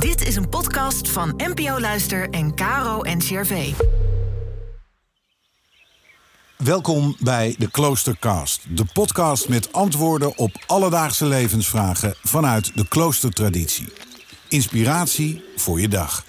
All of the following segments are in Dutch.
Dit is een podcast van NPO Luister en KRO NCRV. Welkom bij de Kloostercast, de podcast met antwoorden op alledaagse levensvragen vanuit de kloostertraditie. Inspiratie voor je dag.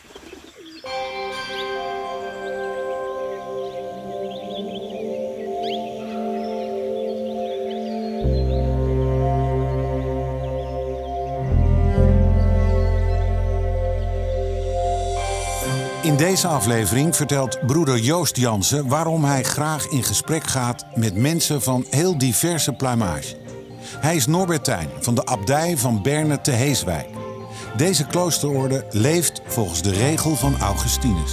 In deze aflevering vertelt broeder Joost Jansen waarom hij graag in gesprek gaat met mensen van heel diverse pluimage. Hij is Norbertijn van de abdij van Berne te Heeswijk. Deze kloosterorde leeft volgens de regel van Augustinus.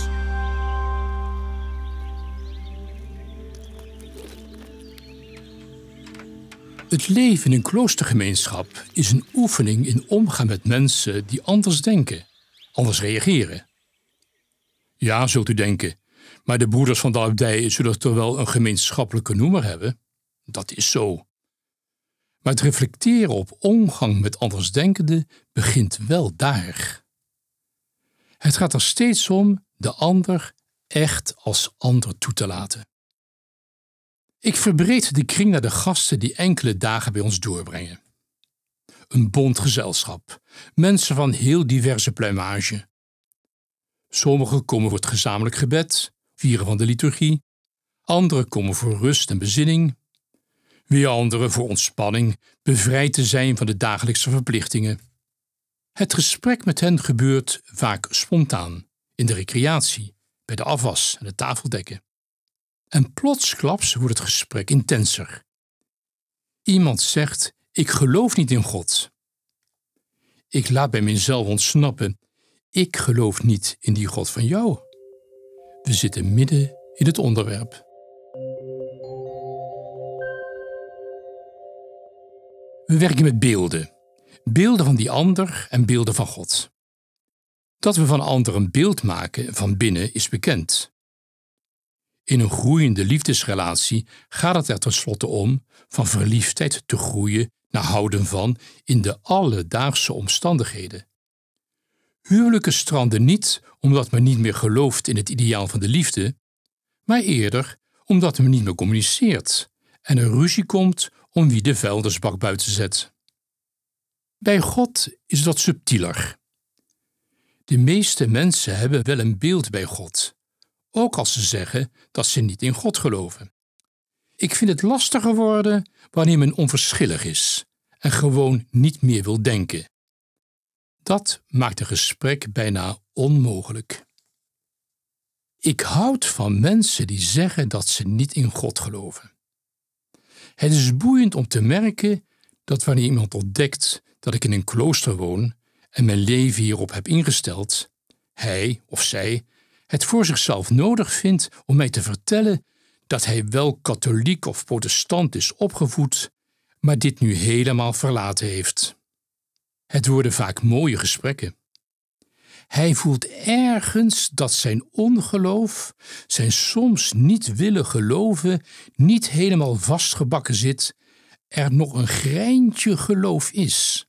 Het leven in een kloostergemeenschap is een oefening in omgaan met mensen die anders denken, anders reageren. Ja, zult u denken, maar de broeders van de abdij zullen toch wel een gemeenschappelijke noemer hebben? Dat is zo. Maar het reflecteren op omgang met andersdenkenden begint wel daar. Het gaat er steeds om de ander echt als ander toe te laten. Ik verbreed de kring naar de gasten die enkele dagen bij ons doorbrengen. Een bont gezelschap, mensen van heel diverse pluimage. Sommigen komen voor het gezamenlijk gebed, vieren van de liturgie. Anderen komen voor rust en bezinning. Weer anderen voor ontspanning, bevrijd te zijn van de dagelijkse verplichtingen. Het gesprek met hen gebeurt vaak spontaan, in de recreatie, bij de afwas en de tafeldekken. En plotsklaps wordt het gesprek intenser. Iemand zegt, ik geloof niet in God. Ik laat bij mezelf ontsnappen, ik geloof niet in die God van jou. We zitten midden in het onderwerp. We werken met beelden. Beelden van die ander en beelden van God. Dat we van een ander een beeld maken van binnen is bekend. In een groeiende liefdesrelatie gaat het er tenslotte om van verliefdheid te groeien naar houden van in de alledaagse omstandigheden. Huwelijken stranden niet omdat men niet meer gelooft in het ideaal van de liefde, maar eerder omdat men niet meer communiceert en er ruzie komt om wie de vuilnisbak buiten zet. Bij God is dat subtieler. De meeste mensen hebben wel een beeld bij God, ook als ze zeggen dat ze niet in God geloven. Ik vind het lastiger worden wanneer men onverschillig is en gewoon niet meer wil denken. Dat maakt een gesprek bijna onmogelijk. Ik houd van mensen die zeggen dat ze niet in God geloven. Het is boeiend om te merken dat wanneer iemand ontdekt dat ik in een klooster woon en mijn leven hierop heb ingesteld, hij of zij het voor zichzelf nodig vindt om mij te vertellen dat hij wel katholiek of protestant is opgevoed, maar dit nu helemaal verlaten heeft. Het worden vaak mooie gesprekken. Hij voelt ergens dat zijn ongeloof, zijn soms niet willen geloven, niet helemaal vastgebakken zit, er nog een greintje geloof is.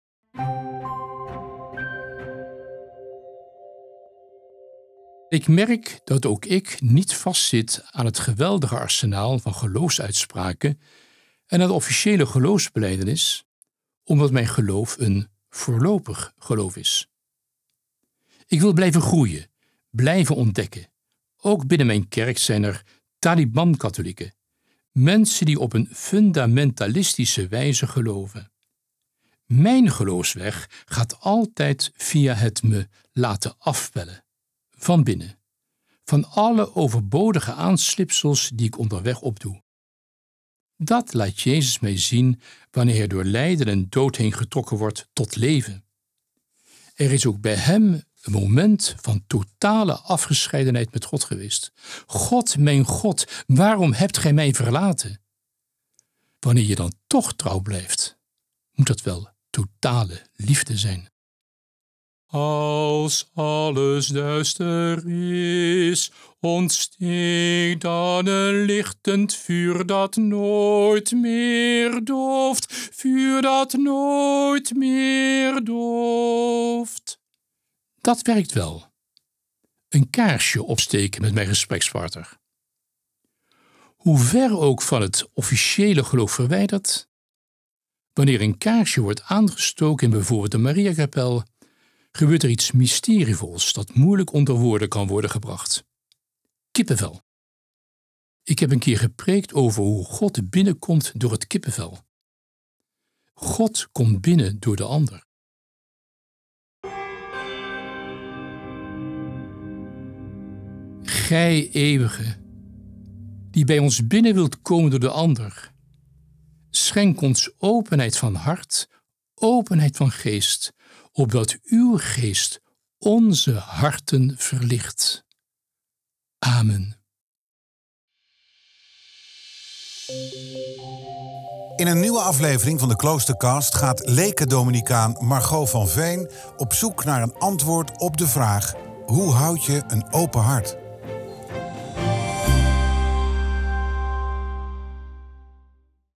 Ik merk dat ook ik niet vastzit aan het geweldige arsenaal van geloofsuitspraken en aan de officiële geloofsbelijdenis, omdat mijn geloof een voorlopig geloof is. Ik wil blijven groeien, blijven ontdekken. Ook binnen mijn kerk zijn er Taliban-katholieken, mensen die op een fundamentalistische wijze geloven. Mijn geloofsweg gaat altijd via het me laten afpellen, van binnen, van alle overbodige aanslipsels die ik onderweg opdoe. Dat laat Jezus mij zien wanneer hij door lijden en dood heen getrokken wordt tot leven. Er is ook bij hem een moment van totale afgescheidenheid met God geweest. God, mijn God, waarom hebt gij mij verlaten? Wanneer je dan toch trouw blijft, moet dat wel totale liefde zijn. Als alles duister is, ontsteekt dan een lichtend vuur dat nooit meer dooft, vuur dat nooit meer dooft. Dat werkt wel. Een kaarsje opsteken met mijn gesprekspartner. Hoe ver ook van het officiële geloof verwijderd, wanneer een kaarsje wordt aangestoken in bijvoorbeeld de Mariakapel, gebeurt er iets mysterievols dat moeilijk onder woorden kan worden gebracht. Kippenvel. Ik heb een keer gepreekt over hoe God binnenkomt door het kippenvel. God komt binnen door de ander. Gij eeuwige, die bij ons binnen wilt komen door de ander, schenk ons openheid van hart, openheid van geest, opdat uw geest onze harten verlicht. Amen. In een nieuwe aflevering van de Kloostercast gaat leken-dominicaan Margot van Veen op zoek naar een antwoord op de vraag: hoe houd je een open hart?